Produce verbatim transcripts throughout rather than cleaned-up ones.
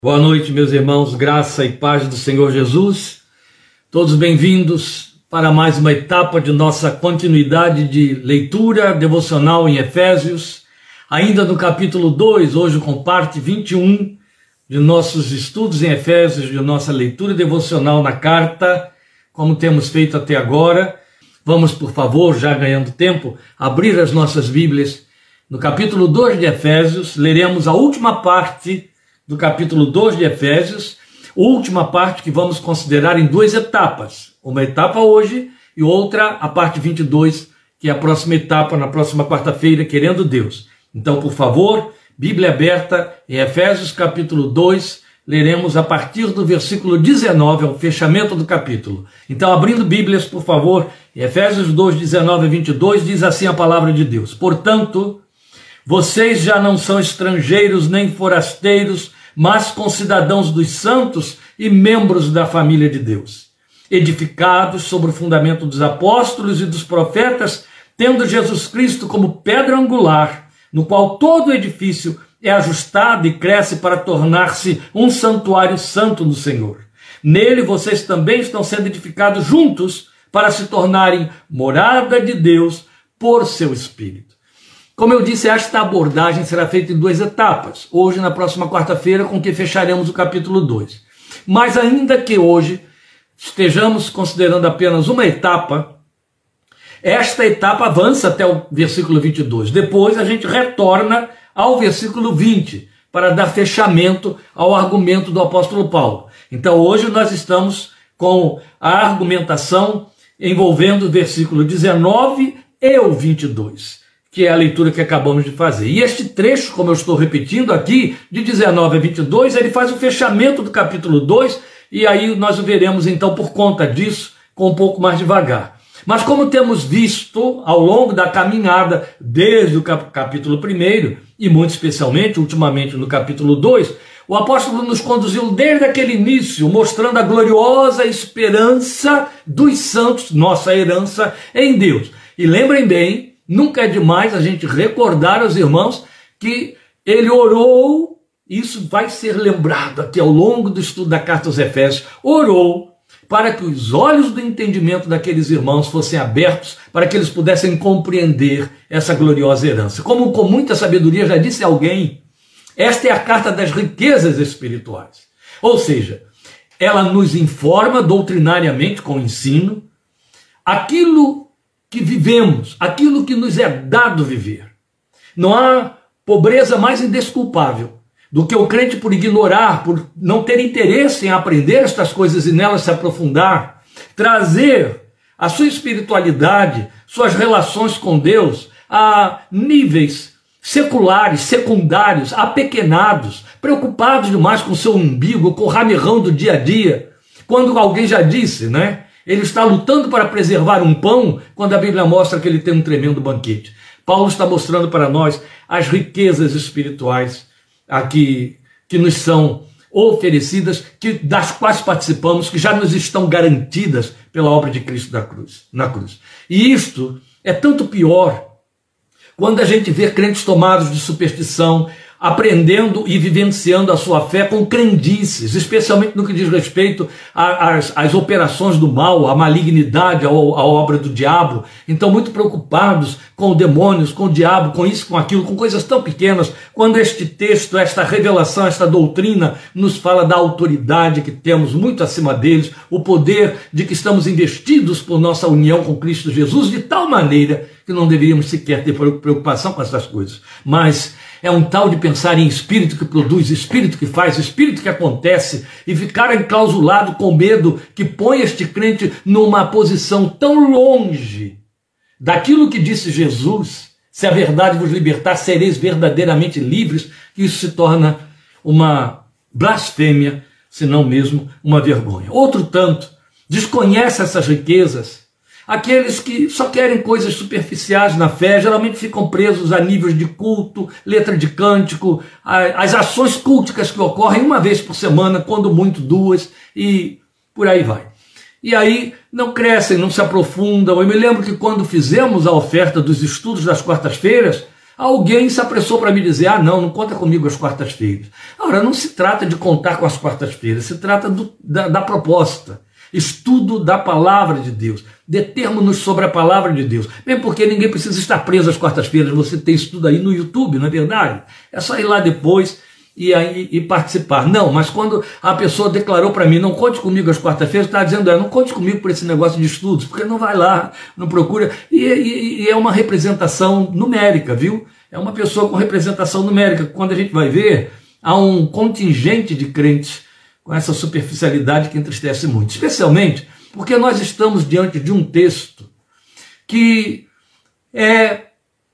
Boa noite, meus irmãos, graça e paz do Senhor Jesus. Todos bem-vindos para mais uma etapa de nossa continuidade de leitura devocional em Efésios, ainda no capítulo dois, hoje com parte vinte e um de nossos estudos em Efésios, de nossa leitura devocional na carta, como temos feito até agora. Vamos, por favor, já ganhando tempo, abrir as nossas Bíblias. No capítulo dois de Efésios, leremos a última parte do capítulo dois de Efésios, última parte que vamos considerar em duas etapas. Uma etapa hoje e outra, a parte vinte e dois, que é a próxima etapa, na próxima quarta-feira, querendo Deus. Então, por favor, Bíblia aberta em Efésios capítulo dois, leremos a partir do versículo dezenove, ao fechamento do capítulo. Então, abrindo Bíblias, por favor, em Efésios dois, dezenove a vinte e dois, diz assim a palavra de Deus: Portanto, vocês já não são estrangeiros nem forasteiros, mas concidadãos dos santos e membros da família de Deus, edificados sobre o fundamento dos apóstolos e dos profetas, tendo Jesus Cristo como pedra angular, no qual todo o edifício é ajustado e cresce para tornar-se um santuário santo no Senhor. Nele vocês também estão sendo edificados juntos para se tornarem morada de Deus por seu Espírito. Como eu disse, esta abordagem será feita em duas etapas. Hoje, na próxima quarta-feira, com que fecharemos o capítulo dois. Mas ainda que hoje estejamos considerando apenas uma etapa, esta etapa avança até o versículo vinte e dois. Depois a gente retorna ao versículo vinte, para dar fechamento ao argumento do apóstolo Paulo. Então hoje nós estamos com a argumentação envolvendo o versículo dezenove e o vinte e dois. Que é a leitura que acabamos de fazer. E este trecho, como eu estou repetindo aqui, de dezenove a vinte e dois, ele faz o fechamento do capítulo dois, e aí nós o veremos então por conta disso, com um pouco mais devagar. Mas como temos visto ao longo da caminhada, desde o capítulo um, e muito especialmente, ultimamente no capítulo dois, o apóstolo nos conduziu desde aquele início, mostrando a gloriosa esperança dos santos, nossa herança em Deus. E lembrem bem, nunca é demais a gente recordar aos irmãos que ele orou, isso vai ser lembrado aqui ao longo do estudo da carta aos Efésios, orou para que os olhos do entendimento daqueles irmãos fossem abertos, para que eles pudessem compreender essa gloriosa herança. Como com muita sabedoria já disse alguém, esta é a carta das riquezas espirituais. Ou seja, ela nos informa doutrinariamente com o ensino aquilo que vivemos, aquilo que nos é dado viver. Não há pobreza mais indesculpável do que o crente, por ignorar, por não ter interesse em aprender estas coisas e nelas se aprofundar, trazer a sua espiritualidade, suas relações com Deus a níveis seculares, secundários, apequenados, preocupados demais com o seu umbigo, com o ramirrão do dia a dia, quando alguém já disse, né? Ele está lutando para preservar um pão, quando a Bíblia mostra que ele tem um tremendo banquete. Paulo está mostrando para nós as riquezas espirituais aqui, que nos são oferecidas, que, das quais participamos, que já nos estão garantidas pela obra de Cristo da cruz, na cruz. E isto é tanto pior quando a gente vê crentes tomados de superstição, aprendendo e vivenciando a sua fé com crendices, especialmente no que diz respeito às, às operações do mal, à malignidade, à, à obra do diabo. Então, muito preocupados com demônios, com o diabo, com isso, com aquilo, com coisas tão pequenas, quando este texto, esta revelação, esta doutrina nos fala da autoridade que temos muito acima deles, o poder de que estamos investidos por nossa união com Cristo Jesus, de tal maneira que não deveríamos sequer ter preocupação com essas coisas. Mas é um tal de pensar em espírito que produz, espírito que faz, espírito que acontece, e ficar enclausulado com medo que põe este crente numa posição tão longe daquilo que disse Jesus: se a verdade vos libertar, sereis verdadeiramente livres, que isso se torna uma blasfêmia, se não mesmo uma vergonha. Outro tanto desconhece essas riquezas. Aqueles que só querem coisas superficiais na fé, geralmente ficam presos a níveis de culto, letra de cântico, as ações culticas que ocorrem uma vez por semana, quando muito duas, e por aí vai. E aí não crescem, não se aprofundam. Eu me lembro que quando fizemos a oferta dos estudos das quartas-feiras, Alguém se apressou para me dizer, ah não, não conta comigo às quartas-feiras. Ora, não se trata de contar com as quartas-feiras, se trata do, da, da proposta. Estudo da palavra de Deus. Determos-nos sobre a palavra de Deus. Mesmo porque ninguém precisa estar preso às quartas-feiras, você tem isso tudo aí no YouTube, não é verdade? É só ir lá depois e, e, e participar. Não, mas quando a pessoa declarou para mim, não conte comigo às quartas-feiras, está dizendo, é, não conte comigo por esse negócio de estudos, porque não vai lá, não procura. E, e, e é uma representação numérica, viu? É uma pessoa com representação numérica. Quando a gente vai ver, há um contingente de crentes com essa superficialidade que entristece muito. Especialmente porque nós estamos diante de um texto que é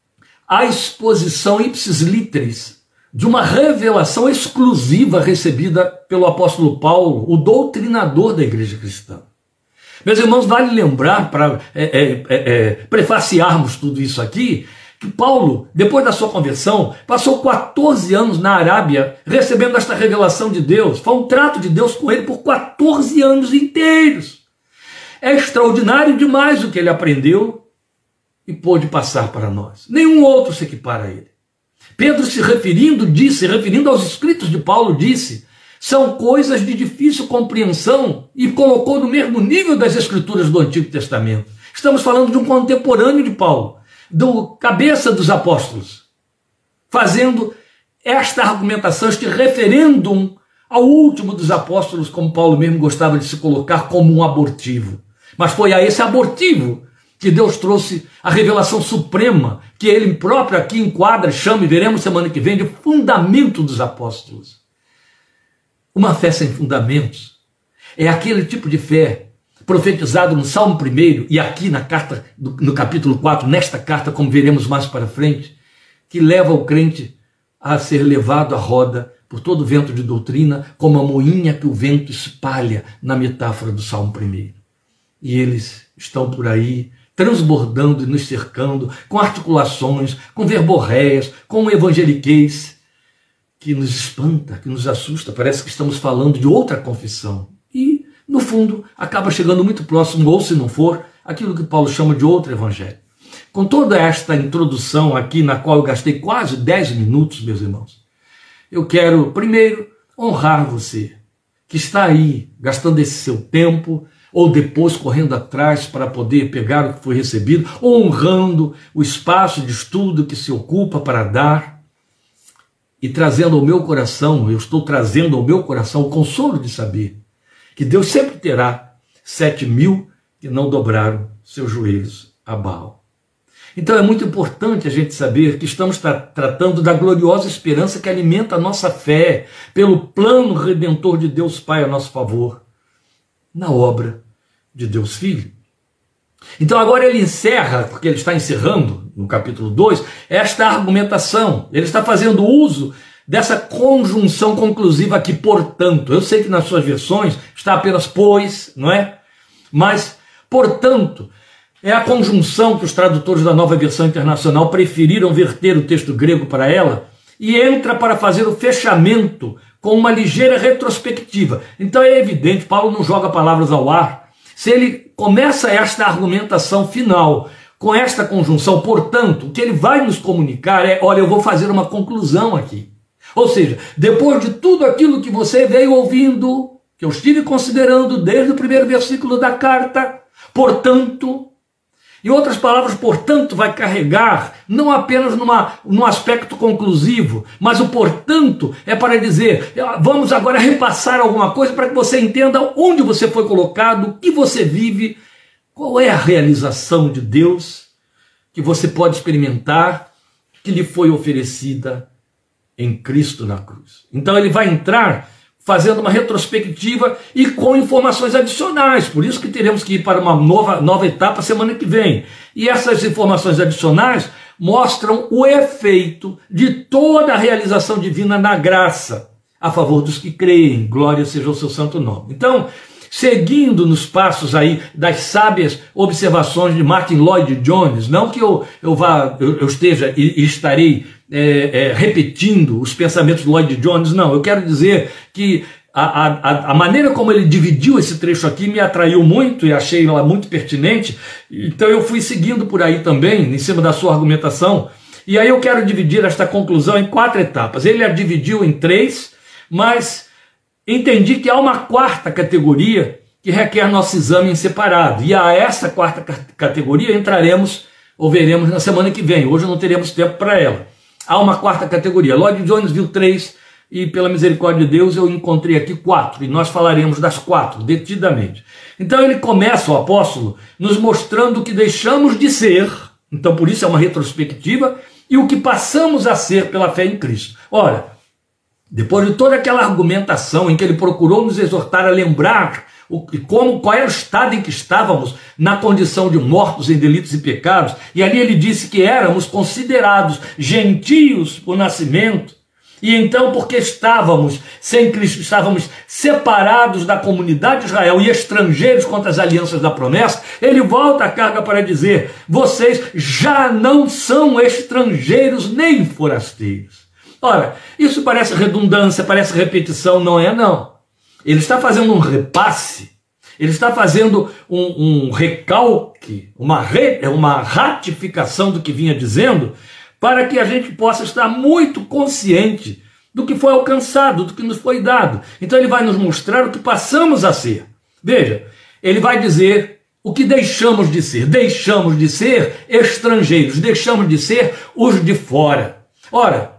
a exposição ipsis literis de uma revelação exclusiva recebida pelo apóstolo Paulo, o doutrinador da igreja cristã. Meus irmãos, vale lembrar, para é, é, é, prefaciarmos tudo isso aqui, que Paulo, depois da sua conversão, passou quatorze anos na Arábia recebendo esta revelação de Deus. Foi um trato de Deus com ele por quatorze anos inteiros. É extraordinário demais o que ele aprendeu e pôde passar para nós. Nenhum outro se equipara a ele. Pedro, se referindo, disse, referindo aos escritos de Paulo, disse, são coisas de difícil compreensão, e colocou no mesmo nível das escrituras do Antigo Testamento. Estamos falando de um contemporâneo de Paulo, do cabeça dos apóstolos, fazendo esta argumentação, este referêndum ao último dos apóstolos, como Paulo mesmo gostava de se colocar, como um abortivo. Mas foi a esse abortivo que Deus trouxe a revelação suprema, que ele próprio aqui enquadra, chama, e veremos semana que vem, de fundamento dos apóstolos. Uma fé sem fundamentos é aquele tipo de fé profetizado no Salmo primeiro e aqui na carta, no capítulo quatro, nesta carta, como veremos mais para frente, que leva o crente a ser levado à roda por todo vento de doutrina, como a moinha que o vento espalha, na metáfora do Salmo primeiro. E eles estão por aí, transbordando e nos cercando, com articulações, com verborreias, com evangeliquez, que nos espanta, que nos assusta, parece que estamos falando de outra confissão. E, no fundo, acaba chegando muito próximo, ou se não for, aquilo que Paulo chama de outro evangelho. Com toda esta introdução aqui, na qual eu gastei quase dez minutos, meus irmãos, eu quero, primeiro, honrar você, que está aí, gastando esse seu tempo, ou depois correndo atrás para poder pegar o que foi recebido, honrando o espaço de estudo que se ocupa para dar, e trazendo ao meu coração, eu estou trazendo ao meu coração o consolo de saber que Deus sempre terá sete mil que não dobraram seus joelhos a Baal. Então é muito importante a gente saber que estamos tra tratando da gloriosa esperança que alimenta a nossa fé pelo plano redentor de Deus Pai a nosso favor, na obra de Deus Filho. Então agora ele encerra, porque ele está encerrando no capítulo dois, esta argumentação. Ele está fazendo uso dessa conjunção conclusiva aqui, portanto. Eu sei que nas suas versões está apenas pois, não é? Mas, portanto, é a conjunção que os tradutores da Nova Versão Internacional preferiram verter o texto grego para ela, e entra para fazer o fechamento com uma ligeira retrospectiva. Então é evidente, Paulo não joga palavras ao ar. Se ele começa esta argumentação final com esta conjunção, portanto, o que ele vai nos comunicar é, olha, eu vou fazer uma conclusão aqui. Ou seja, depois de tudo aquilo que você veio ouvindo, que eu estive considerando desde o primeiro versículo da carta, portanto, em outras palavras, portanto, vai carregar não apenas numa, num aspecto conclusivo, mas o portanto é para dizer, vamos agora repassar alguma coisa para que você entenda onde você foi colocado, o que você vive, qual é a realização de Deus que você pode experimentar, que lhe foi oferecida em Cristo na cruz. Então ele vai entrar fazendo uma retrospectiva e com informações adicionais, por isso que teremos que ir para uma nova, nova etapa semana que vem. E essas informações adicionais mostram o efeito de toda a realização divina na graça, a favor dos que creem, glória seja o seu santo nome. Então, seguindo nos passos aí das sábias observações de Martin Lloyd Jones, não que eu, eu, vá, eu, eu esteja e, e estarei é, é, repetindo os pensamentos de Lloyd Jones, não, eu quero dizer que a, a, a maneira como ele dividiu esse trecho aqui me atraiu muito e achei ela muito pertinente, então eu fui seguindo por aí também, em cima da sua argumentação, E aí eu quero dividir esta conclusão em quatro etapas. Ele a dividiu em três, mas entendi que há uma quarta categoria que requer nosso exame em separado. E a essa quarta categoria entraremos ou veremos na semana que vem. Hoje não teremos tempo para ela. Há uma quarta categoria. Lloyd Jones viu três e, pela misericórdia de Deus, eu encontrei aqui quatro. E nós falaremos das quatro, detidamente. Então ele começa, o apóstolo, nos mostrando o que deixamos de ser. Então por isso é uma retrospectiva. E o que passamos a ser pela fé em Cristo. Ora, depois de toda aquela argumentação em que ele procurou nos exortar a lembrar o, como, qual era o estado em que estávamos na condição de mortos em delitos e pecados, e ali ele disse que éramos considerados gentios por nascimento, e então porque estávamos sem Cristo, estávamos separados da comunidade de Israel e estrangeiros contra as alianças da promessa, ele volta a carga para dizer, vocês já não são estrangeiros nem forasteiros. Ora, isso parece redundância, parece repetição, não é não. Ele está fazendo um repasse, ele está fazendo um, um recalque, uma, re, uma ratificação do que vinha dizendo, para que a gente possa estar muito consciente do que foi alcançado, do que nos foi dado. Então ele vai nos mostrar o que passamos a ser. Veja, ele vai dizer o que deixamos de ser. Deixamos de ser estrangeiros, deixamos de ser os de fora. Ora,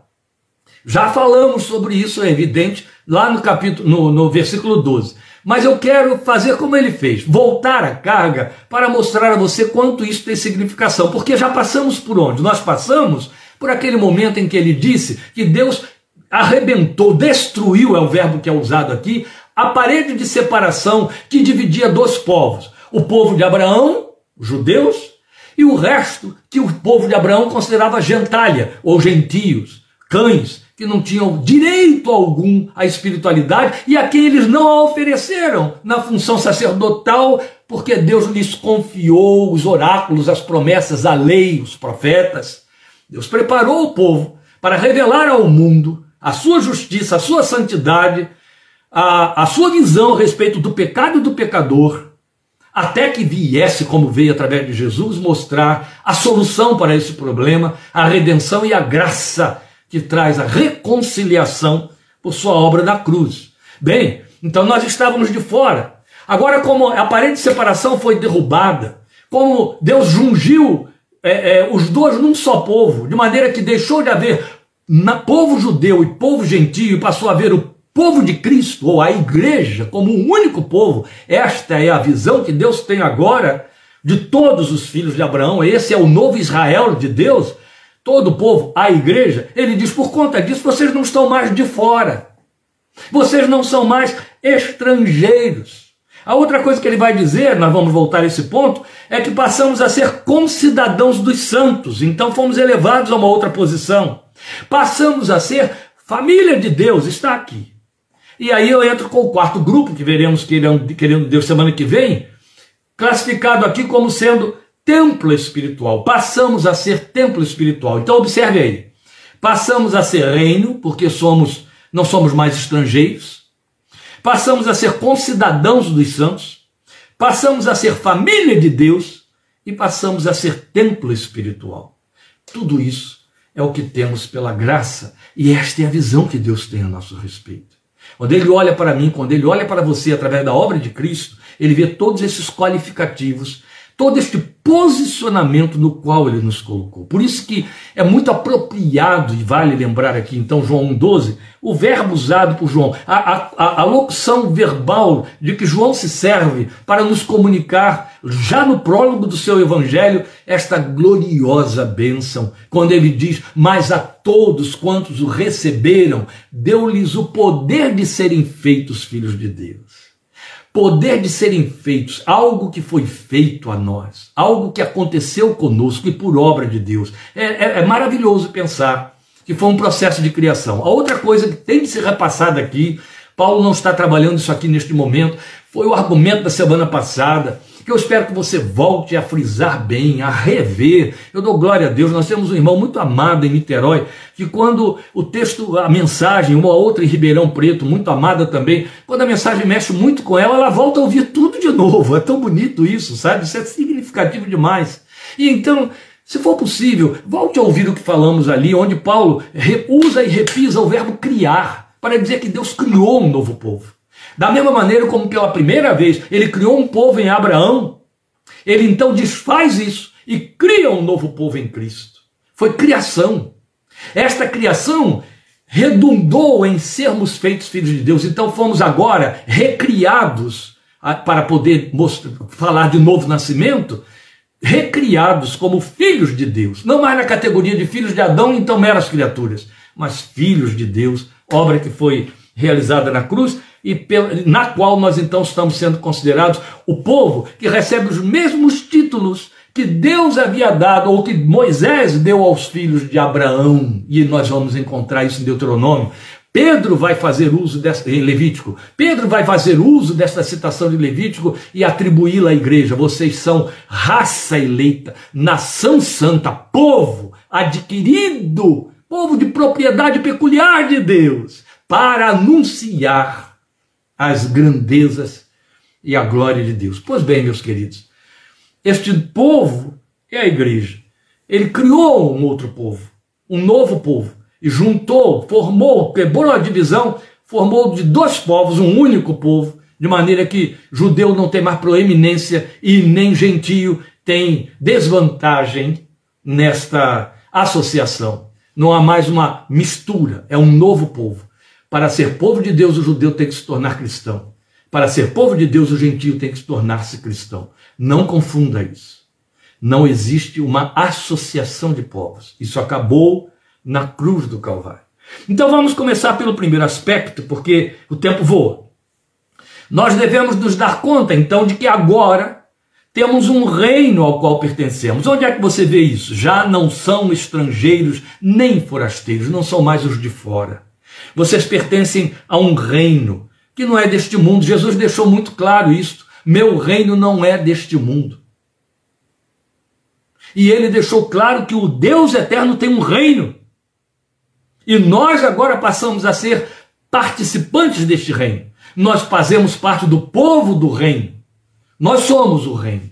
já falamos sobre isso, é evidente, lá no capítulo, no, no versículo doze. Mas eu quero fazer como ele fez, voltar a carga para mostrar a você quanto isso tem significação. Porque já passamos por onde? Nós passamos por aquele momento em que ele disse que Deus arrebentou, destruiu, é o verbo que é usado aqui, a parede de separação que dividia dois povos. O povo de Abraão, os judeus, e o resto que o povo de Abraão considerava gentalha, ou gentios, cães, que não tinham direito algum à espiritualidade e a quem eles não a ofereceram na função sacerdotal, porque Deus lhes confiou os oráculos, as promessas, a lei, os profetas. Deus preparou o povo para revelar ao mundo a sua justiça, a sua santidade, a, a sua visão a respeito do pecado e do pecador, até que viesse, como veio através de Jesus, mostrar a solução para esse problema, a redenção e a graça que traz a reconciliação por sua obra na cruz. Bem, então nós estávamos de fora. Agora, como a parede de separação foi derrubada, como Deus jungiu é, é, os dois num só povo, de maneira que deixou de haver na, povo judeu e povo gentio, e passou a haver o povo de Cristo, ou a igreja, como um único povo. Esta é a visão que Deus tem agora de todos os filhos de Abraão. Esse é o novo Israel de Deus. Todo o povo, a igreja, ele diz, por conta disso, vocês não estão mais de fora. Vocês não são mais estrangeiros. A outra coisa que ele vai dizer, nós vamos voltar a esse ponto, é que passamos a ser concidadãos dos santos. Então fomos elevados a uma outra posição. Passamos a ser família de Deus, está aqui. E aí eu entro com o quarto grupo, que veremos querendo Deus semana que vem, classificado aqui como sendo templo espiritual. Passamos a ser templo espiritual. Então observe aí. Passamos a ser reino, porque somos, não somos mais estrangeiros. Passamos a ser concidadãos dos santos. Passamos a ser família de Deus. E passamos a ser templo espiritual. Tudo isso é o que temos pela graça. E esta é a visão que Deus tem a nosso respeito. Quando ele olha para mim, quando ele olha para você através da obra de Cristo, ele vê todos esses qualificativos, todo este posicionamento no qual ele nos colocou. Por isso que é muito apropriado, e vale lembrar aqui, então, João um doze, o verbo usado por João, a, a, a locução verbal de que João se serve para nos comunicar, já no prólogo do seu evangelho, esta gloriosa bênção, quando ele diz, mas a todos quantos o receberam, deu-lhes o poder de serem feitos filhos de Deus. Poder de serem feitos, algo que foi feito a nós, algo que aconteceu conosco e por obra de Deus. É, é, é maravilhoso pensar que foi um processo de criação. A outra coisa que tem de ser repassada aqui, Paulo não está trabalhando isso aqui neste momento, foi o argumento da semana passada, que eu espero que você volte a frisar bem, a rever. Eu dou glória a Deus, nós temos um irmão muito amado em Niterói, que quando o texto, a mensagem, uma outra em Ribeirão Preto, muito amada também, quando a mensagem mexe muito com ela, ela volta a ouvir tudo de novo. É tão bonito isso, sabe? Isso é significativo demais. E então, Se for possível, volte a ouvir o que falamos ali, onde Paulo usa e repisa o verbo criar, para dizer que Deus criou um novo povo. Da mesma maneira como pela primeira vez ele criou um povo em Abraão, ele então desfaz isso e cria um novo povo em Cristo. Foi criação. Esta criação redundou em sermos feitos filhos de Deus. Então fomos agora recriados, para poder mostrar, falar de novo nascimento, recriados como filhos de Deus. Não mais na categoria de filhos de Adão, então meras criaturas, mas filhos de Deus, obra que foi realizada na cruz e pela, na qual nós então estamos sendo considerados o povo que recebe os mesmos títulos que Deus havia dado, ou que Moisés deu aos filhos de Abraão, e nós vamos encontrar isso em Deuteronômio. Pedro vai fazer uso dessa, em Levítico, Pedro vai fazer uso dessa citação de Levítico e atribuí-la à igreja. Vocês são raça eleita, nação santa, povo adquirido, povo de propriedade peculiar de Deus, para anunciar as grandezas e a glória de Deus. Pois bem, meus queridos, este povo é a igreja. Ele criou um outro povo, um novo povo, e juntou, formou, quebrou a divisão, formou de dois povos um único povo, de maneira que judeu não tem mais proeminência e nem gentio tem desvantagem nesta associação. Não há mais uma mistura, é um novo povo. Para ser povo de Deus, o judeu tem que se tornar cristão. Para ser povo de Deus, o gentio tem que se tornar-se cristão. Não confunda isso. Não existe uma associação de povos. Isso acabou na cruz do Calvário. Então vamos começar pelo primeiro aspecto, porque o tempo voa. Nós devemos nos dar conta, então, de que agora temos um reino ao qual pertencemos. Onde é que você vê isso? Já não são estrangeiros nem forasteiros, não são mais os de fora. Vocês pertencem a um reino que não é deste mundo. Jesus deixou muito claro isso. Meu reino não é deste mundo. E ele deixou claro que o Deus eterno tem um reino. E nós agora passamos a ser participantes deste reino. Nós fazemos parte do povo do reino. Nós somos o reino.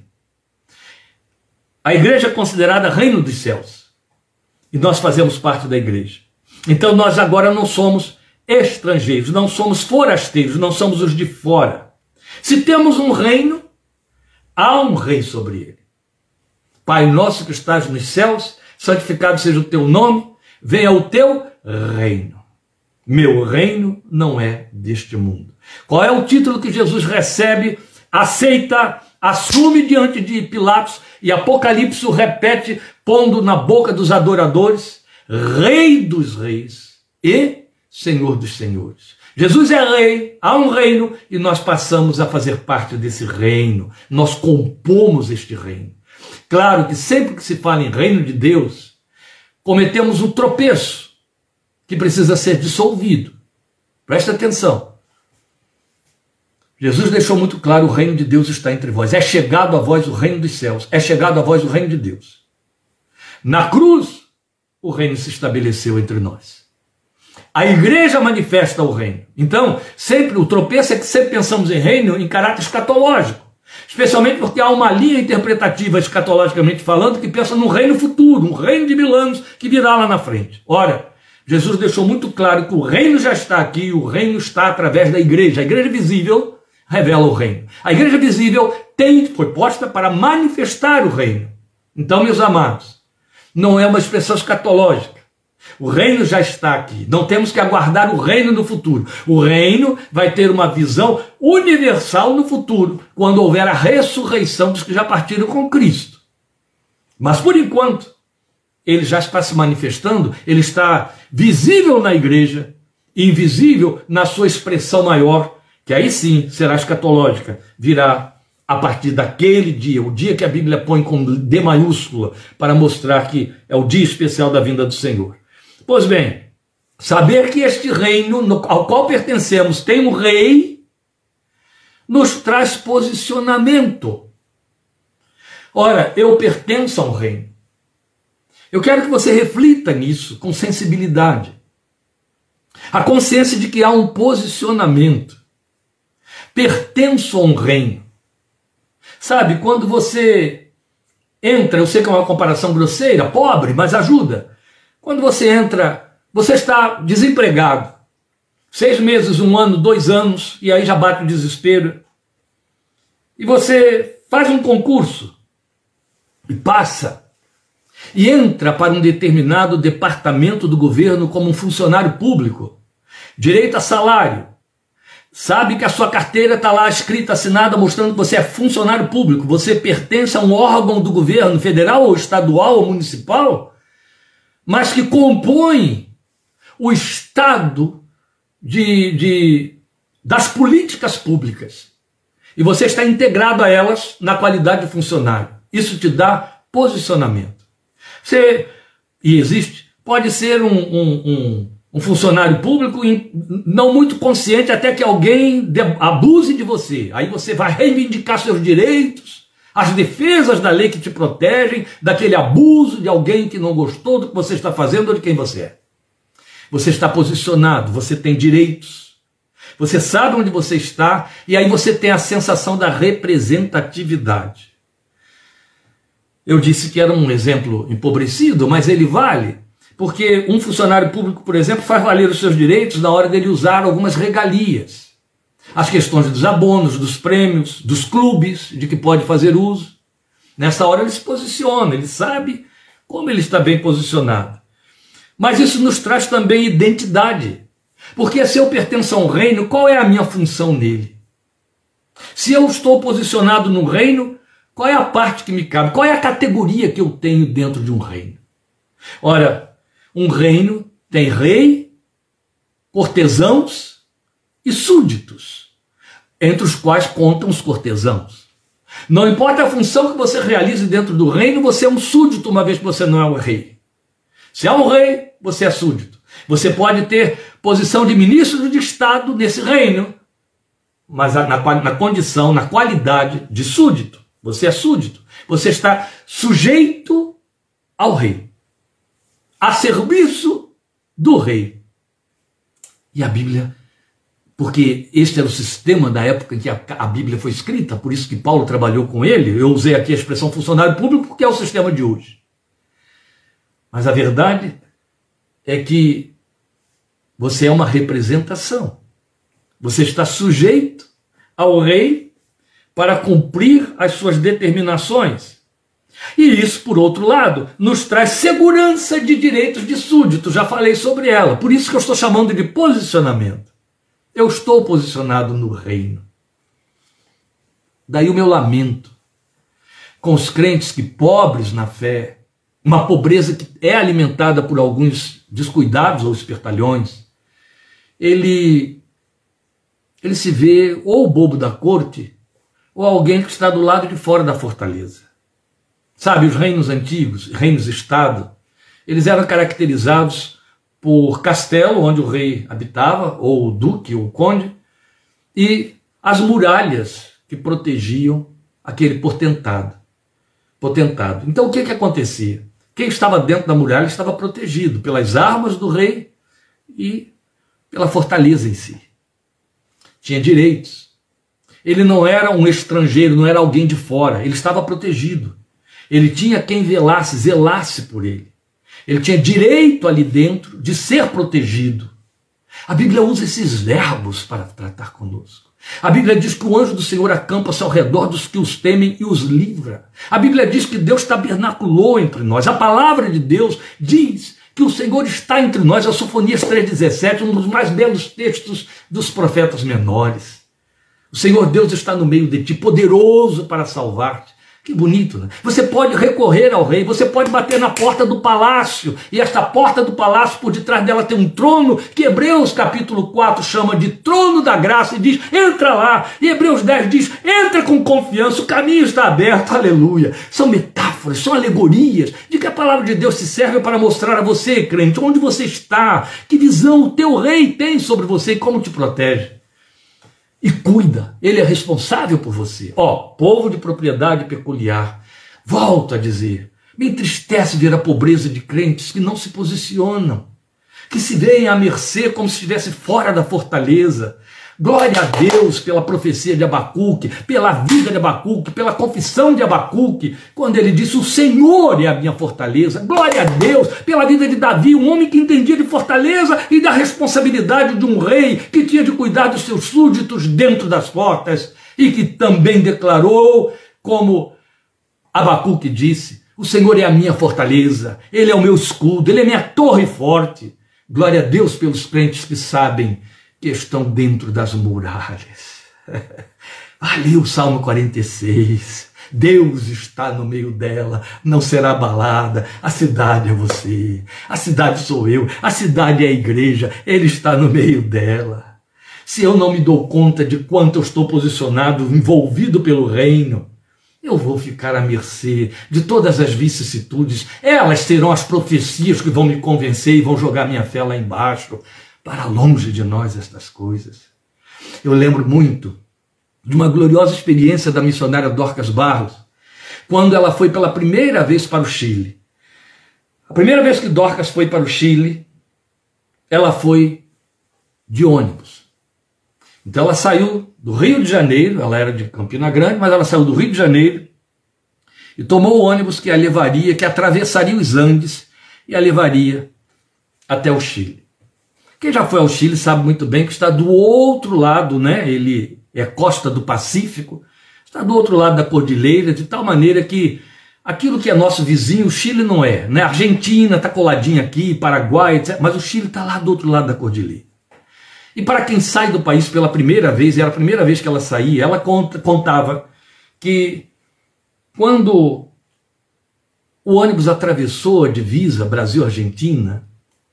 A igreja é considerada reino dos céus. E nós fazemos parte da igreja. Então nós agora não somos estrangeiros, não somos forasteiros, não somos os de fora. Se temos um reino, há um rei sobre ele. Pai nosso que estás nos céus, santificado seja o teu nome, venha o teu reino. Meu reino não é deste mundo. Qual é o título que Jesus recebe, aceita, assume diante de Pilatos, e Apocalipse o repete, pondo na boca dos adoradores: Rei dos reis e Senhor dos senhores. Jesus é rei, há um reino, e nós passamos a fazer parte desse reino. Nós compomos este reino. Claro que sempre que se fala em reino de Deus, cometemos um tropeço que precisa ser dissolvido. Presta atenção. Jesus deixou muito claro: o reino de Deus está entre vós. É chegado a vós o reino dos céus. É chegado a vós o reino de Deus. Na cruz, o reino se estabeleceu entre nós. A igreja manifesta o reino. Então, sempre o tropeço é que sempre pensamos em reino em caráter escatológico. Especialmente porque há uma linha interpretativa, escatologicamente falando, que pensa num reino futuro, um reino de mil anos que virá lá na frente. Ora, Jesus deixou muito claro que o reino já está aqui, o reino está através da igreja. A igreja visível revela o reino. A igreja visível tem, foi posta para manifestar o reino. Então, meus amados, não é uma expressão escatológica. O reino já está aqui. Não temos que aguardar o reino no futuro. O reino vai ter uma visão universal no futuro, quando houver a ressurreição dos que já partiram com Cristo. Mas, por enquanto, ele já está se manifestando, ele está visível na igreja, invisível na sua expressão maior, que aí sim será escatológica, virá a partir daquele dia, o dia que a Bíblia põe com D maiúscula, para mostrar que é o dia especial da vinda do Senhor. Pois bem, saber que este reino ao qual pertencemos tem um rei, nos traz posicionamento. Ora, eu pertenço a um reino. Eu quero que você reflita nisso com sensibilidade. A consciência de que há um posicionamento. Pertenço a um reino. Sabe, quando você entra, eu sei que é uma comparação grosseira, pobre, mas ajuda. Quando você entra, você está desempregado, seis meses, um ano, dois anos, e aí já bate o desespero. E você faz um concurso e passa, e entra para um determinado departamento do governo como um funcionário público, direito a salário, sabe que a sua carteira está lá escrita, assinada, mostrando que você é funcionário público, você pertence a um órgão do governo federal ou estadual ou municipal, mas que compõe o estado de, de, das políticas públicas. E você está integrado a elas na qualidade de funcionário. Isso te dá posicionamento. Você, e existe, pode ser um, um, um, um funcionário público não muito consciente até que alguém de, abuse de você. Aí você vai reivindicar seus direitos, as defesas da lei que te protegem daquele abuso de alguém que não gostou do que você está fazendo ou de quem você é. Você está posicionado, você tem direitos, você sabe onde você está, e aí você tem a sensação da representatividade. Eu disse que era um exemplo empobrecido, mas ele vale, porque um funcionário público, por exemplo, faz valer os seus direitos na hora dele usar algumas regalias. As questões dos abonos, dos prêmios, dos clubes de que pode fazer uso. Nessa hora ele se posiciona, ele sabe como ele está bem posicionado. Mas isso nos traz também identidade. Porque se eu pertenço a um reino, qual é a minha função nele? Se eu estou posicionado no reino, qual é a parte que me cabe? Qual é a categoria que eu tenho dentro de um reino? Ora, um reino tem rei, cortesãos e súditos, entre os quais contam os cortesãos. Não importa a função que você realize dentro do reino, você é um súdito, uma vez que você não é o rei. Se é um rei, você é súdito. Você pode ter posição de ministro de Estado nesse reino, mas na, na condição, na qualidade de súdito. Você é súdito. Você está sujeito ao rei, a serviço do rei. E a Bíblia, porque este era o sistema da época em que a, a Bíblia foi escrita, por isso que Paulo trabalhou com ele. Eu usei aqui a expressão funcionário público porque é o sistema de hoje. Mas a verdade é que você é uma representação. Você está sujeito ao rei para cumprir as suas determinações. E isso, por outro lado, nos traz segurança de direitos de súdito. Já falei sobre ela. Por isso que eu estou chamando de posicionamento. Eu estou posicionado no reino. Daí o meu lamento com os crentes que, pobres na fé, uma pobreza que é alimentada por alguns descuidados ou espertalhões, ele, ele se vê ou o bobo da corte ou alguém que está do lado de fora da fortaleza. Sabe, os reinos antigos, reinos-estado, eles eram caracterizados por castelo, onde o rei habitava, ou o duque, ou o conde, e as muralhas que protegiam aquele potentado. potentado. Então o que, que acontecia? Quem estava dentro da muralha estava protegido pelas armas do rei e pela fortaleza em si. Tinha direitos. Ele não era um estrangeiro, não era alguém de fora, ele estava protegido. Ele tinha quem velasse, zelasse por ele. Ele tinha direito ali dentro de ser protegido. A Bíblia usa esses verbos para tratar conosco. A Bíblia diz que o anjo do Senhor acampa-se ao redor dos que os temem e os livra. A Bíblia diz que Deus tabernaculou entre nós. A palavra de Deus diz que o Senhor está entre nós. A Sofonias três dezessete, um dos mais belos textos dos profetas menores. O Senhor Deus está no meio de ti, poderoso para salvar-te. Que bonito, né? Você pode recorrer ao rei, você pode bater na porta do palácio, e esta porta do palácio, por detrás dela tem um trono, que Hebreus capítulo quatro chama de trono da graça, e diz, entra lá, e Hebreus dez diz, entra com confiança, o caminho está aberto, aleluia. São metáforas, são alegorias, de que a palavra de Deus se serve para mostrar a você, crente, onde você está, que visão o teu rei tem sobre você e como te protege. E cuida, ele é responsável por você. Ó, povo de propriedade peculiar, volto a dizer, me entristece ver a pobreza de crentes que não se posicionam, que se veem à mercê como se estivesse fora da fortaleza. Glória a Deus pela profecia de Abacuque, pela vida de Abacuque, pela confissão de Abacuque, quando ele disse: o Senhor é a minha fortaleza. Glória a Deus pela vida de Davi, um homem que entendia de fortaleza e da responsabilidade de um rei que tinha de cuidar dos seus súditos dentro das portas, e que também declarou, como Abacuque disse: o Senhor é a minha fortaleza, Ele é o meu escudo, Ele é a minha torre forte. Glória a Deus pelos crentes que sabem que estão dentro das muralhas. Ali o Salmo quarenta e seis. Deus está no meio dela, não será abalada. A cidade é você, a cidade sou eu, a cidade é a igreja, Ele está no meio dela. Se eu não me dou conta de quanto eu estou posicionado, envolvido pelo reino, eu vou ficar à mercê de todas as vicissitudes. Elas serão as profecias que vão me convencer e vão jogar minha fé lá embaixo. Para longe de nós estas coisas. Eu lembro muito de uma gloriosa experiência da missionária Dorcas Barros, quando ela foi pela primeira vez para o Chile. A primeira vez que Dorcas foi para o Chile, ela foi de ônibus. Então ela saiu do Rio de Janeiro, ela era de Campina Grande, mas ela saiu do Rio de Janeiro e tomou o ônibus que a levaria, que atravessaria os Andes e a levaria até o Chile. Quem já foi ao Chile sabe muito bem que está do outro lado, né? Ele é costa do Pacífico, está do outro lado da cordilheira, de tal maneira que aquilo que é nosso vizinho, o Chile não é, né? A Argentina está coladinha aqui, Paraguai, etcétera, mas o Chile está lá do outro lado da cordilheira. E para quem sai do país pela primeira vez, era a primeira vez que ela saía, ela conta, contava que quando o ônibus atravessou a divisa Brasil-Argentina,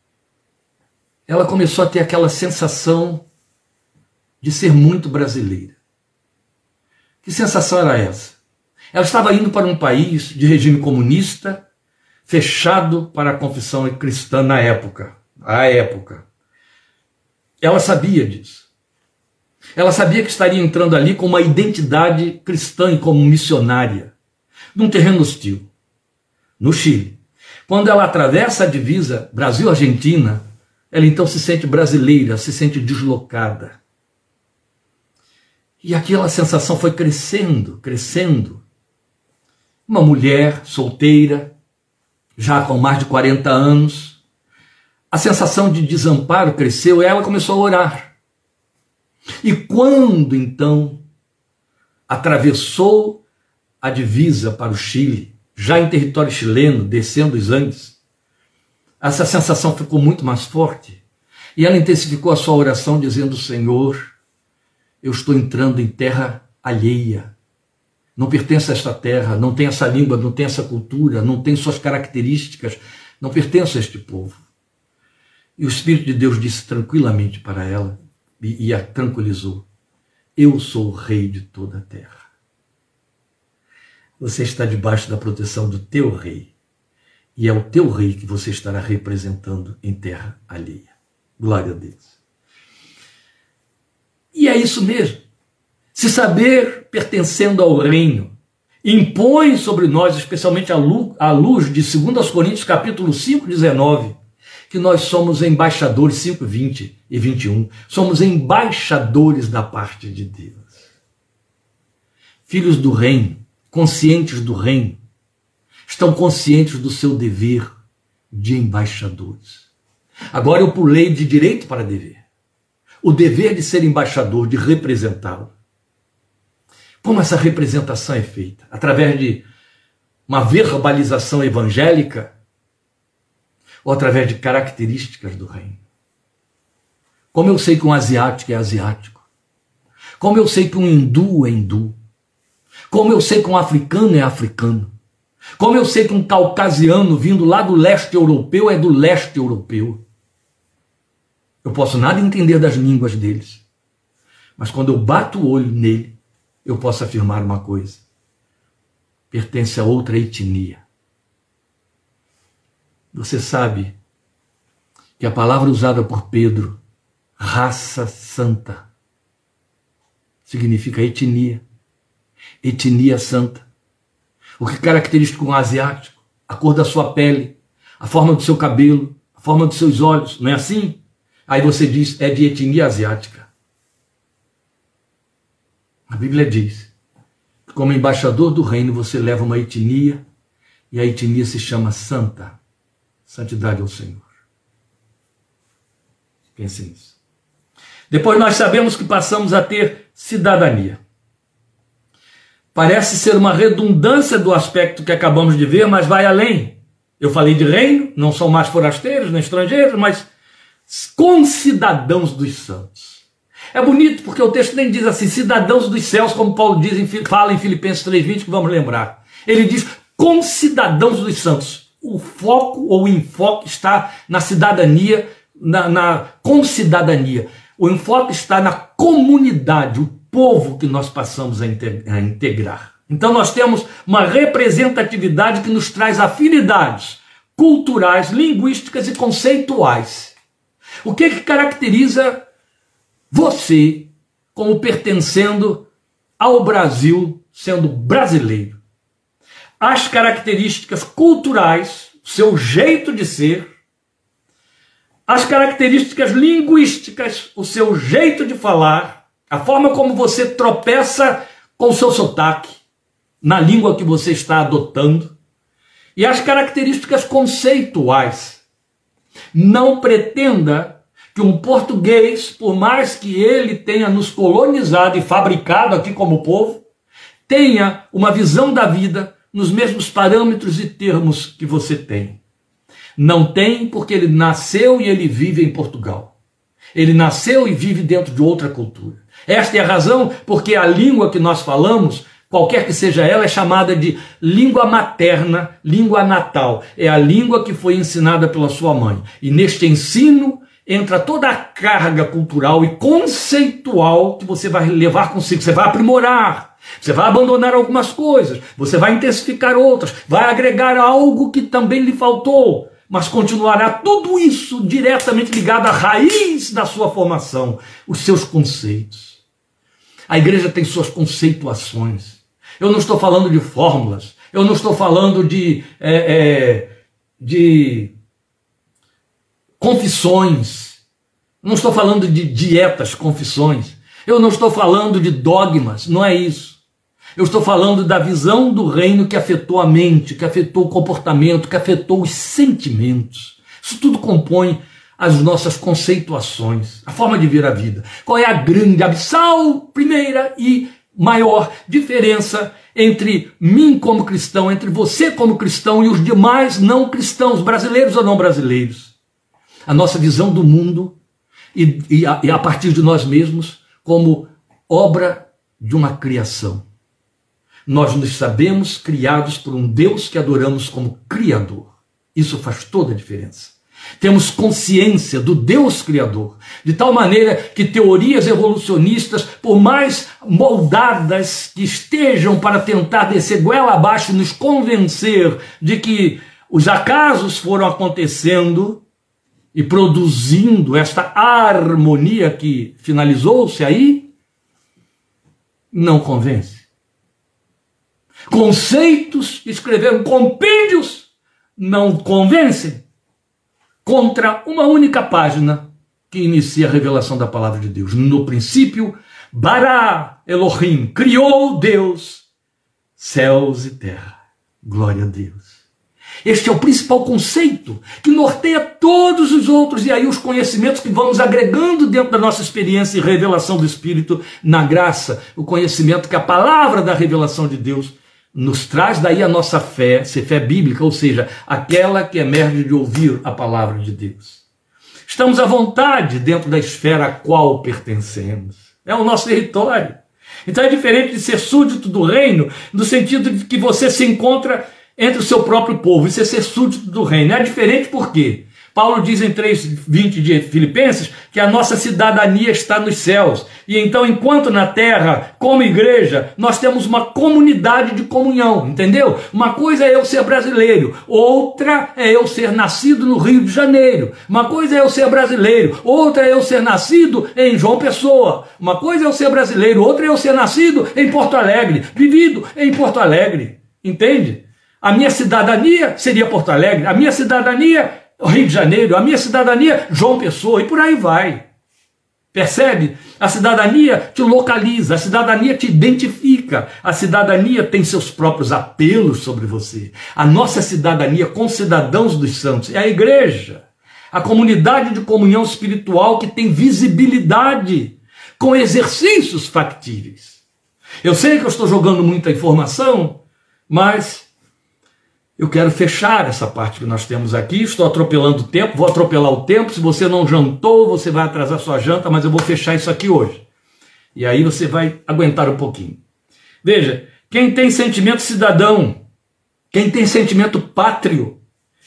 ela começou a ter aquela sensação de ser muito brasileira. Que sensação era essa? Ela estava indo para um país de regime comunista, fechado para a confissão cristã na época. À época. Ela sabia disso. Ela sabia que estaria entrando ali com uma identidade cristã e como missionária, num terreno hostil, no Chile. Quando ela atravessa a divisa Brasil-Argentina, ela então se sente brasileira, se sente deslocada. E aquela sensação foi crescendo, crescendo. Uma mulher solteira, já com mais de quarenta anos, a sensação de desamparo cresceu e ela começou a orar. E quando então atravessou a divisa para o Chile, já em território chileno, descendo os Andes, essa sensação ficou muito mais forte. E ela intensificou a sua oração dizendo: Senhor, eu estou entrando em terra alheia. Não pertenço a esta terra, não tem essa língua, não tem essa cultura, não tem suas características, não pertenço a este povo. E o Espírito de Deus disse tranquilamente para ela e, e a tranquilizou: eu sou o rei de toda a terra. Você está debaixo da proteção do teu rei. E é o teu rei que você estará representando em terra alheia. Glória a Deus. E é isso mesmo. Se saber pertencendo ao reino impõe sobre nós, especialmente à luz de dois Coríntios capítulo cinco, dezenove, que nós somos embaixadores, cinco, vinte e vinte e um, somos embaixadores da parte de Deus. Filhos do reino, conscientes do reino, estão conscientes do seu dever de embaixadores. Agora eu pulei de direito para dever. O dever de ser embaixador, de representá-lo. Como essa representação é feita? Através de uma verbalização evangélica ou através de características do reino? Como eu sei que um asiático é asiático? Como eu sei que um hindu é hindu? Como eu sei que um africano é africano? Como eu sei que um caucasiano vindo lá do leste europeu é do leste europeu? Eu posso nada entender das línguas deles, mas quando eu bato o olho nele, eu posso afirmar uma coisa: pertence a outra etnia. Você sabe que a palavra usada por Pedro, raça santa, significa etnia, etnia santa. O que caracteriza um asiático? A cor da sua pele, a forma do seu cabelo, a forma dos seus olhos, não é assim? Aí você diz, é de etnia asiática. A Bíblia diz que como embaixador do reino você leva uma etnia, e a etnia se chama santa. Santidade ao Senhor. Pense nisso. Depois nós sabemos que passamos a ter cidadania. Parece ser uma redundância do aspecto que acabamos de ver, mas vai além. Eu falei de reino, não são mais forasteiros nem estrangeiros, mas concidadãos dos santos. É bonito porque o texto nem diz assim, cidadãos dos céus, como Paulo diz em, fala em Filipenses três, vinte, que vamos lembrar. Ele diz concidadãos dos santos. O foco ou o enfoque está na cidadania, na, na concidadania. O enfoque está na comunidade, o povo que nós passamos a integrar. Então nós temos uma representatividade que nos traz afinidades culturais, linguísticas e conceituais. O que, que caracteriza você como pertencendo ao Brasil, sendo brasileiro? As características culturais, seu jeito de ser, as características linguísticas, o seu jeito de falar, a forma como você tropeça com o seu sotaque na língua que você está adotando, e as características conceituais. Não pretenda que um português, por mais que ele tenha nos colonizado e fabricado aqui como povo, tenha uma visão da vida nos mesmos parâmetros e termos que você tem. Não tem, porque ele nasceu e ele vive em Portugal. Ele nasceu e vive dentro de outra cultura. Esta é a razão porque a língua que nós falamos, qualquer que seja ela, é chamada de língua materna, língua natal. É a língua que foi ensinada pela sua mãe. E neste ensino entra toda a carga cultural e conceitual que você vai levar consigo. Você vai aprimorar, você vai abandonar algumas coisas, você vai intensificar outras, vai agregar algo que também lhe faltou, mas continuará tudo isso diretamente ligado à raiz da sua formação, os seus conceitos. A igreja tem suas conceituações. Eu não estou falando de fórmulas, eu não estou falando de, é, é, de confissões, não estou falando de dietas, confissões, eu não estou falando de dogmas, não é isso. Eu estou falando da visão do reino que afetou a mente, que afetou o comportamento, que afetou os sentimentos. Isso tudo compõe as nossas conceituações, a forma de ver a vida. Qual é a grande, abissal, primeira e maior diferença entre mim como cristão, entre você como cristão e os demais não cristãos, brasileiros ou não brasileiros? A nossa visão do mundo e, e, a, e a partir de nós mesmos como obra de uma criação. Nós nos sabemos criados por um Deus que adoramos como Criador. Isso faz toda a diferença. Temos consciência do Deus Criador, de tal maneira que teorias evolucionistas, por mais moldadas que estejam para tentar descer goela abaixo e nos convencer de que os acasos foram acontecendo e produzindo esta harmonia que finalizou-se aí, não convence. Conceitos que escreveram compêndios não convencem contra uma única página que inicia a revelação da palavra de Deus. No princípio, Bara Elohim, criou Deus céus e terra. Glória a Deus. Este é o principal conceito que norteia todos os outros, e aí os conhecimentos que vamos agregando dentro da nossa experiência e revelação do Espírito na graça, o conhecimento que a palavra da revelação de Deus nos traz, daí a nossa fé, ser fé bíblica, ou seja, aquela que emerge de ouvir a palavra de Deus. Estamos à vontade dentro da esfera a qual pertencemos. É o nosso território. Então é diferente de ser súdito do reino, no sentido de que você se encontra entre o seu próprio povo. Isso é ser súdito do reino. É diferente por quê? Paulo diz em três, vinte de Filipenses que a nossa cidadania está nos céus. E então, enquanto na terra, como igreja, nós temos uma comunidade de comunhão, entendeu? Uma coisa é eu ser brasileiro, outra é eu ser nascido no Rio de Janeiro. Uma coisa é eu ser brasileiro, outra é eu ser nascido em João Pessoa. Uma coisa é eu ser brasileiro, outra é eu ser nascido em Porto Alegre, vivido em Porto Alegre. Entende? A minha cidadania seria Porto Alegre, a minha cidadania Rio de Janeiro, a minha cidadania João Pessoa, e por aí vai. Percebe? A cidadania te localiza, a cidadania te identifica, a cidadania tem seus próprios apelos sobre você. A nossa cidadania com cidadãos dos santos é a igreja, a comunidade de comunhão espiritual que tem visibilidade, com exercícios factíveis. Eu sei que eu estou jogando muita informação, mas eu quero fechar essa parte que nós temos aqui. Estou atropelando o tempo, vou atropelar o tempo. Se você não jantou, você vai atrasar sua janta, mas eu vou fechar isso aqui hoje. E aí você vai aguentar um pouquinho. Veja, quem tem sentimento cidadão, quem tem sentimento pátrio,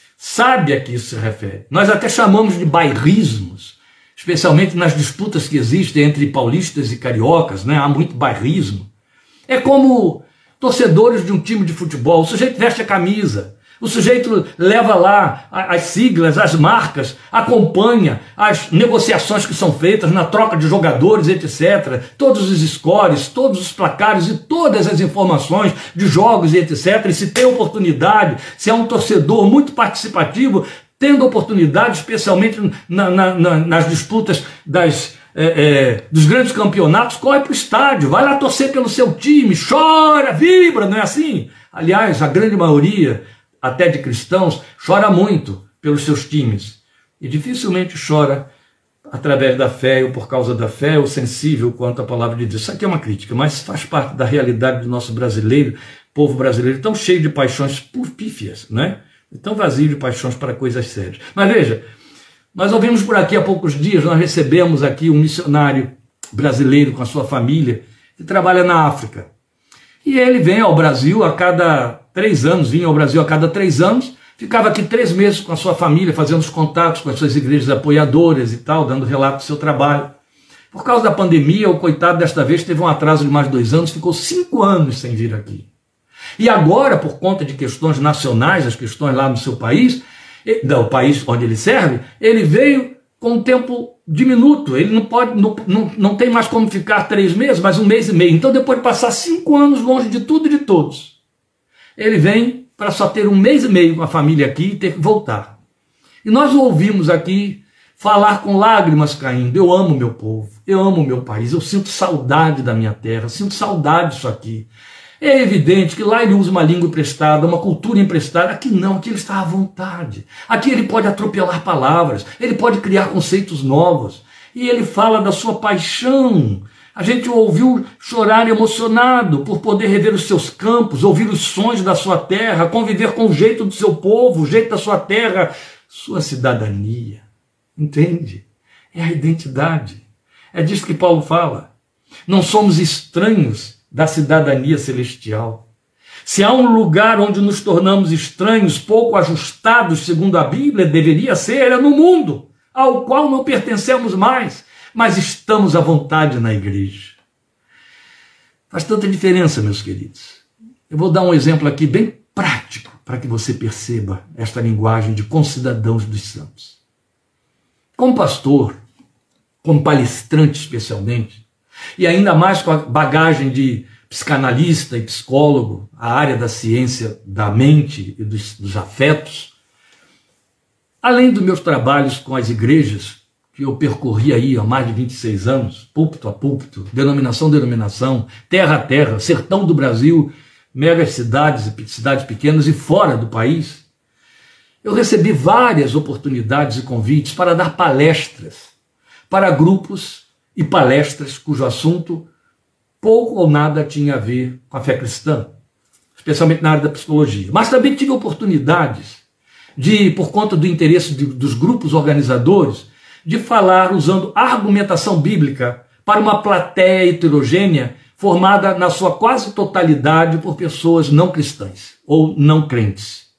sabe a que isso se refere. Nós até chamamos de bairrismos, especialmente nas disputas que existem entre paulistas e cariocas, né? Há muito bairrismo. É como torcedores de um time de futebol. O sujeito veste a camisa, o sujeito leva lá as siglas, as marcas, acompanha as negociações que são feitas na troca de jogadores, etcétera. Todos os scores, todos os placares e todas as informações de jogos e etcétera. E se tem oportunidade, se é um torcedor muito participativo, tendo oportunidade, especialmente na, na, na, nas disputas das É, é, dos grandes campeonatos, corre para o estádio, vai lá torcer pelo seu time, chora, vibra, não é assim? Aliás, a grande maioria, até de cristãos, chora muito pelos seus times e dificilmente chora através da fé ou por causa da fé ou sensível quanto à palavra de Deus. Isso aqui é uma crítica, mas faz parte da realidade do nosso brasileiro, povo brasileiro, tão cheio de paixões pífias, né? Tão vazio de paixões para coisas sérias. Mas veja, nós ouvimos por aqui há poucos dias, nós recebemos aqui um missionário brasileiro com a sua família, que trabalha na África. E ele vem ao Brasil a cada três anos, vinha ao Brasil a cada três anos, ficava aqui três meses com a sua família, fazendo os contatos com as suas igrejas apoiadoras e tal, dando relato do seu trabalho. Por causa da pandemia, o coitado desta vez teve um atraso de mais dois anos, ficou cinco anos sem vir aqui. E agora, por conta de questões nacionais, as questões lá no seu país, do país onde ele serve, ele veio com um tempo diminuto, ele não, pode, não, não, não tem mais como ficar três meses, mas um mês e meio. Então, depois de passar cinco anos longe de tudo e de todos, ele vem para só ter um mês e meio com a família aqui e ter que voltar. E nós o ouvimos aqui falar com lágrimas caindo: eu amo meu povo, eu amo meu país, eu sinto saudade da minha terra, sinto saudade disso aqui. É evidente que lá ele usa uma língua emprestada, uma cultura emprestada. Aqui não, aqui ele está à vontade. Aqui ele pode atropelar palavras, ele pode criar conceitos novos. E ele fala da sua paixão. A gente o ouviu chorar emocionado por poder rever os seus campos, ouvir os sons da sua terra, conviver com o jeito do seu povo, o jeito da sua terra, sua cidadania. Entende? É a identidade. É disso que Paulo fala. Não somos estranhos da cidadania celestial. Se há um lugar onde nos tornamos estranhos, pouco ajustados, segundo a Bíblia, deveria ser, é no mundo, ao qual não pertencemos mais, mas estamos à vontade na igreja. Faz tanta diferença, meus queridos. Eu vou dar um exemplo aqui bem prático, para que você perceba esta linguagem de concidadãos dos santos. Como pastor, como palestrante especialmente, e ainda mais com a bagagem de psicanalista e psicólogo, a área da ciência da mente e dos, dos afetos, além dos meus trabalhos com as igrejas, que eu percorri aí há mais de vinte e seis anos, púlpito a púlpito, denominação a denominação, terra a terra, sertão do Brasil, megas cidades e cidades pequenas e fora do país, eu recebi várias oportunidades e convites para dar palestras para grupos e palestras cujo assunto pouco ou nada tinha a ver com a fé cristã, especialmente na área da psicologia. Mas também tive oportunidades de, por conta do interesse de, dos grupos organizadores, de falar usando argumentação bíblica para uma plateia heterogênea formada na sua quase totalidade por pessoas não cristãs ou não crentes.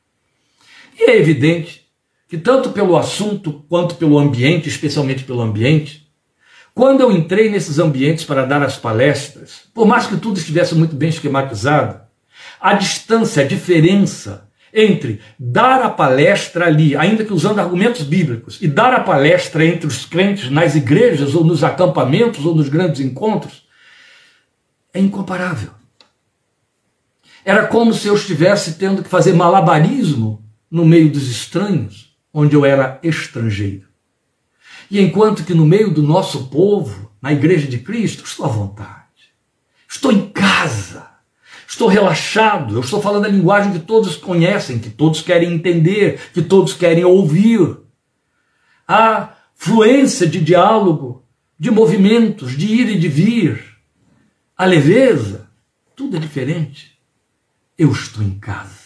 E é evidente que tanto pelo assunto quanto pelo ambiente, especialmente pelo ambiente, quando eu entrei nesses ambientes para dar as palestras, por mais que tudo estivesse muito bem esquematizado, a distância, a diferença entre dar a palestra ali, ainda que usando argumentos bíblicos, e dar a palestra entre os crentes nas igrejas, ou nos acampamentos, ou nos grandes encontros, é incomparável. Era como se eu estivesse tendo que fazer malabarismo no meio dos estranhos, onde eu era estrangeiro. E enquanto que no meio do nosso povo, na igreja de Cristo, estou à vontade. Estou em casa. Estou relaxado. Eu estou falando a linguagem que todos conhecem, que todos querem entender, que todos querem ouvir. Há fluência de diálogo, de movimentos, de ir e de vir. A leveza, tudo é diferente. Eu estou em casa.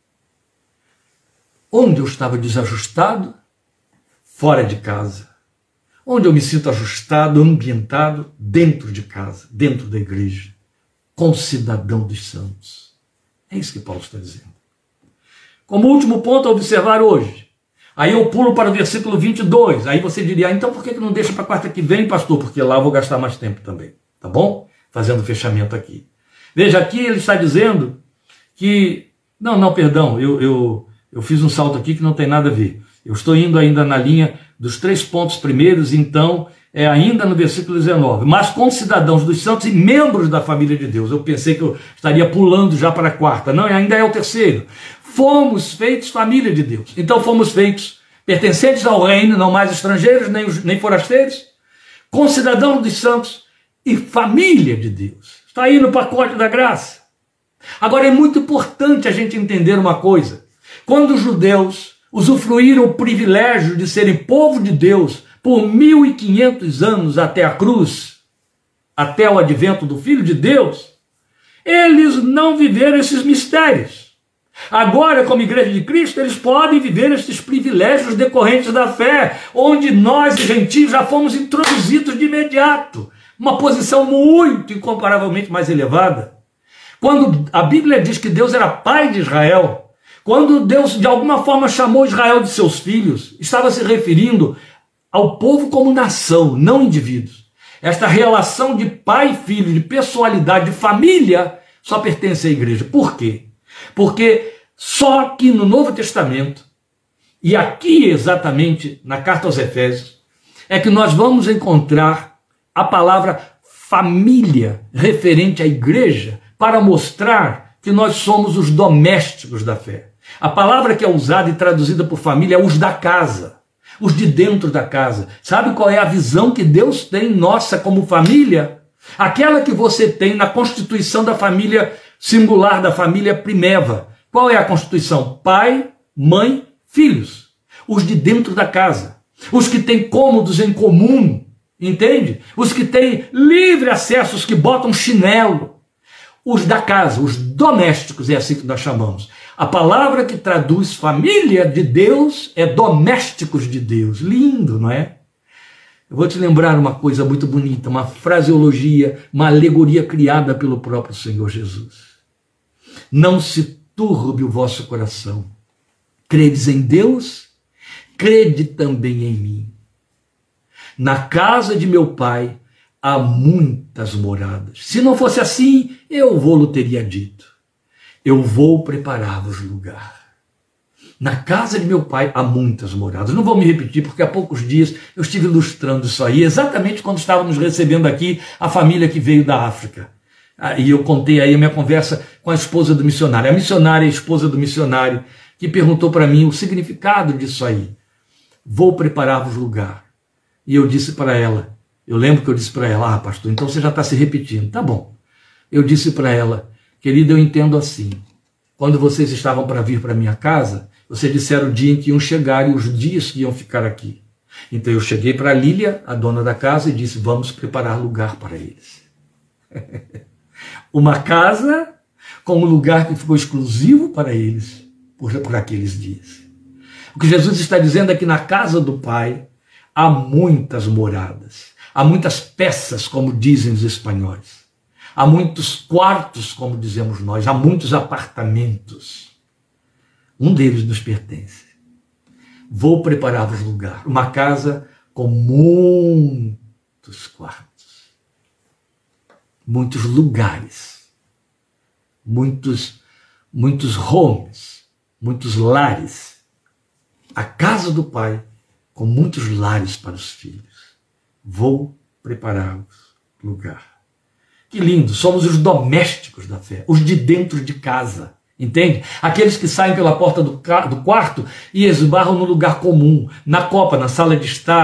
Onde eu estava desajustado? Fora de casa. Onde eu me sinto ajustado, ambientado? Dentro de casa, dentro da igreja, com cidadão dos santos. É isso que Paulo está dizendo. Como último ponto a observar hoje, aí eu pulo para o versículo vinte e dois, aí você diria, ah, então por que não deixa para quarta que vem, pastor? Porque lá eu vou gastar mais tempo também, tá bom? Fazendo o fechamento aqui. Veja, aqui ele está dizendo que, não, não, perdão, eu, eu, eu fiz um salto aqui que não tem nada a ver. Eu estou indo ainda na linha dos três pontos primeiros, então é ainda no versículo dezenove. Mas com cidadãos dos santos e membros da família de Deus. Eu pensei que eu estaria pulando já para a quarta. Não, ainda é o terceiro. Fomos feitos família de Deus. Então fomos feitos pertencentes ao reino, não mais estrangeiros, nem, nem forasteiros, com cidadãos dos santos e família de Deus. Está aí no pacote da graça. Agora é muito importante a gente entender uma coisa. Quando os judeus usufruíram o privilégio de serem povo de Deus por mil e quinhentos anos até a cruz, até o advento do Filho de Deus, eles não viveram esses mistérios. Agora, como igreja de Cristo, eles podem viver esses privilégios decorrentes da fé, onde nós, gentios, já fomos introduzidos de imediato, uma posição muito incomparavelmente mais elevada. Quando a Bíblia diz que Deus era pai de Israel, quando Deus de alguma forma chamou Israel de seus filhos, estava se referindo ao povo como nação, não indivíduos. Esta relação de pai e filho, de pessoalidade, de família, só pertence à igreja. Por quê? Porque só aqui no Novo Testamento, e aqui exatamente na carta aos Efésios, é que nós vamos encontrar a palavra família referente à igreja para mostrar que nós somos os domésticos da fé. A palavra que é usada e traduzida por família é os da casa, os de dentro da casa. Sabe qual é a visão que Deus tem nossa como família? Aquela que você tem na constituição da família singular, da família primeva. Qual é a constituição? Pai, mãe, filhos. Os de dentro da casa. Os que têm cômodos em comum, entende? Os que têm livre acesso, os que botam chinelo. Os da casa, os domésticos, é assim que nós chamamos. A palavra que traduz família de Deus é domésticos de Deus. Lindo, não é? Eu vou te lembrar uma coisa muito bonita, uma fraseologia, uma alegoria criada pelo próprio Senhor Jesus. Não se turbe o vosso coração. Credes em Deus, crede também em mim. Na casa de meu pai há muitas moradas. Se não fosse assim, eu vou-lo teria dito. Eu vou preparar-vos lugar. Na casa de meu pai há muitas moradas. Não vou me repetir, porque há poucos dias eu estive ilustrando isso aí, exatamente quando estávamos recebendo aqui a família que veio da África. E eu contei aí a minha conversa com a esposa do missionário. A missionária, a esposa do missionário, que perguntou para mim o significado disso aí. Vou preparar-vos lugar. E eu disse para ela, eu lembro que eu disse para ela, ah, pastor, então você já está se repetindo. Tá bom. Eu disse para ela, querida, eu entendo assim. Quando vocês estavam para vir para minha casa, vocês disseram o dia em que iam chegar e os dias que iam ficar aqui. Então eu cheguei para a Lília, a dona da casa, e disse, vamos preparar lugar para eles. Uma casa com um lugar que ficou exclusivo para eles por, por aqueles dias. O que Jesus está dizendo é que na casa do Pai há muitas moradas, há muitas peças, como dizem os espanhóis. Há muitos quartos, como dizemos nós, há muitos apartamentos. Um deles nos pertence. Vou preparar-vos lugar. Uma casa com muitos quartos. Muitos lugares. Muitos, muitos homes. Muitos lares. A casa do Pai com muitos lares para os filhos. Vou preparar-vos lugar. Que lindo, somos os domésticos da fé, os de dentro de casa, entende? Aqueles que saem pela porta do, do quarto e esbarram no lugar comum, na copa, na sala de estar,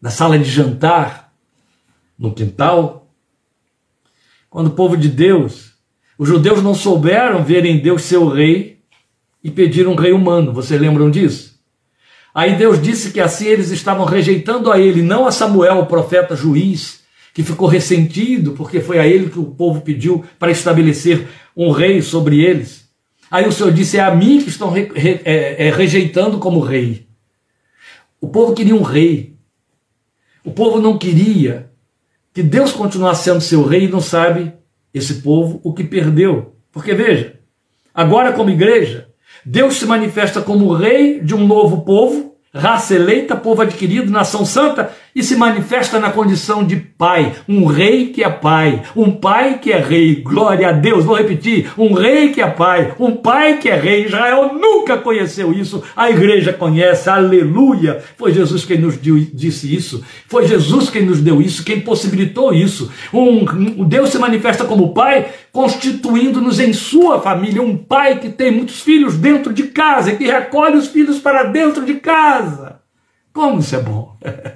na sala de jantar, no quintal. Quando o povo de Deus, os judeus não souberam ver em Deus seu rei e pediram um rei humano. Vocês lembram disso? Aí Deus disse que assim eles estavam rejeitando a ele, não a Samuel, o profeta juiz, que ficou ressentido porque foi a ele que o povo pediu para estabelecer um rei sobre eles. Aí o Senhor disse, é a mim que estão re, re, é, é, rejeitando como rei. O povo queria um rei. O povo não queria que Deus continuasse sendo seu rei e não sabe, esse povo, o que perdeu. Porque veja, agora como igreja, Deus se manifesta como rei de um novo povo, raça eleita, povo adquirido, nação santa, e se manifesta na condição de pai, um rei que é pai, um pai que é rei, glória a Deus, vou repetir, um rei que é pai, um pai que é rei. Israel nunca conheceu isso, a igreja conhece, aleluia, foi Jesus quem nos deu, disse isso, foi Jesus quem nos deu isso, quem possibilitou isso. Um, um Deus se manifesta como pai, constituindo-nos em sua família, um pai que tem muitos filhos dentro de casa, e que recolhe os filhos para dentro de casa. Como isso é bom!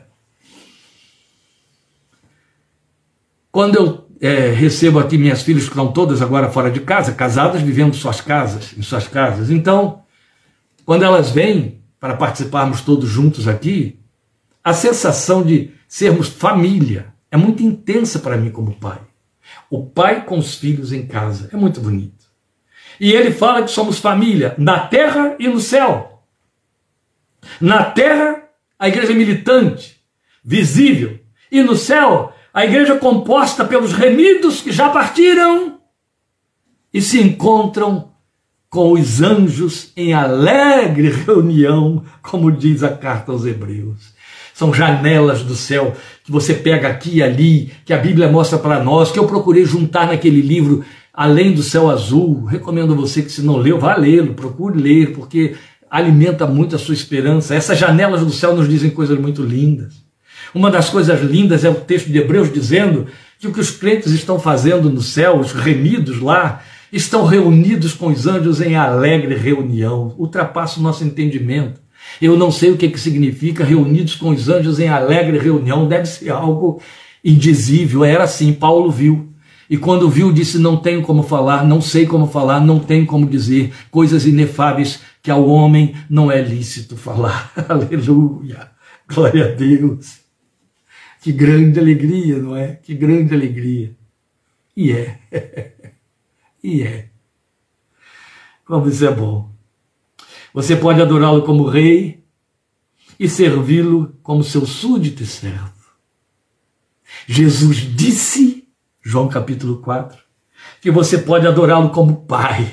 Quando eu é, recebo aqui minhas filhas que estão todas agora fora de casa, casadas, vivendo suas casas, em suas casas. Então, quando elas vêm para participarmos todos juntos aqui, a sensação de sermos família é muito intensa para mim como pai. O pai com os filhos em casa, é muito bonito. E ele fala que somos família na terra e no céu. Na terra, a igreja militante, visível, e no céu, a igreja composta pelos remidos que já partiram e se encontram com os anjos em alegre reunião, como diz a carta aos Hebreus. São janelas do céu que você pega aqui e ali, que a Bíblia mostra para nós, que eu procurei juntar naquele livro Além do Céu Azul. Recomendo a você que, se não leu, vá lê-lo, procure ler, porque alimenta muito a sua esperança. Essas janelas do céu nos dizem coisas muito lindas. Uma das coisas lindas é o texto de Hebreus dizendo que o que os crentes estão fazendo no céu, os remidos lá, estão reunidos com os anjos em alegre reunião. Ultrapassa o nosso entendimento. Eu não sei o que, que significa reunidos com os anjos em alegre reunião, deve ser algo indizível. Era assim, Paulo viu. E quando viu, disse, não tenho como falar, não sei como falar, não tenho como dizer, coisas inefáveis que ao homem não é lícito falar. Aleluia, glória a Deus. Que grande alegria, não é? Que grande alegria. E é. E é. Como isso é bom. Você pode adorá-lo como rei e servi-lo como seu súdito e servo. Jesus disse, João capítulo quatro, que você pode adorá-lo como pai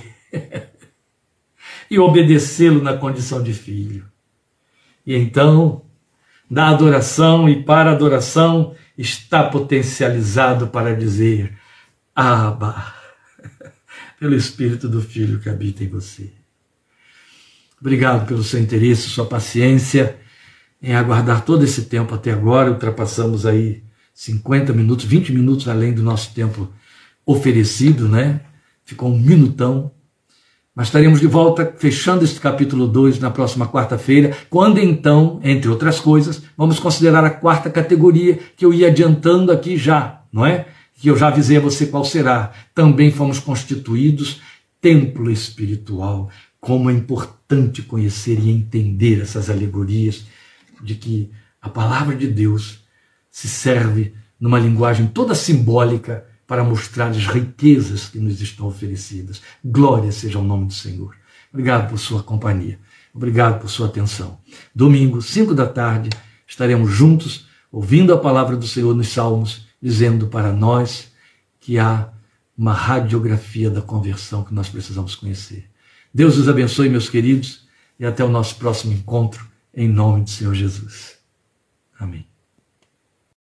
e obedecê-lo na condição de filho. E então, da adoração e para a adoração, está potencializado para dizer, Abba, pelo Espírito do Filho que habita em você. Obrigado pelo seu interesse, sua paciência em aguardar todo esse tempo até agora. Ultrapassamos aí cinquenta minutos, vinte minutos além do nosso tempo oferecido, né? Ficou um minutão. Mas estaremos de volta fechando este capítulo dois na próxima quarta-feira, quando então, entre outras coisas, vamos considerar a quarta categoria que eu ia adiantando aqui já, não é? Que eu já avisei a você qual será. Também fomos constituídos templo espiritual. Como é importante conhecer e entender essas alegorias de que a palavra de Deus se serve numa linguagem toda simbólica para mostrar as riquezas que nos estão oferecidas. Glória seja o nome do Senhor. Obrigado por sua companhia. Obrigado por sua atenção. Domingo, cinco da tarde, estaremos juntos, ouvindo a palavra do Senhor nos Salmos, dizendo para nós que há uma radiografia da conversão que nós precisamos conhecer. Deus os abençoe, meus queridos, e até o nosso próximo encontro, em nome do Senhor Jesus. Amém.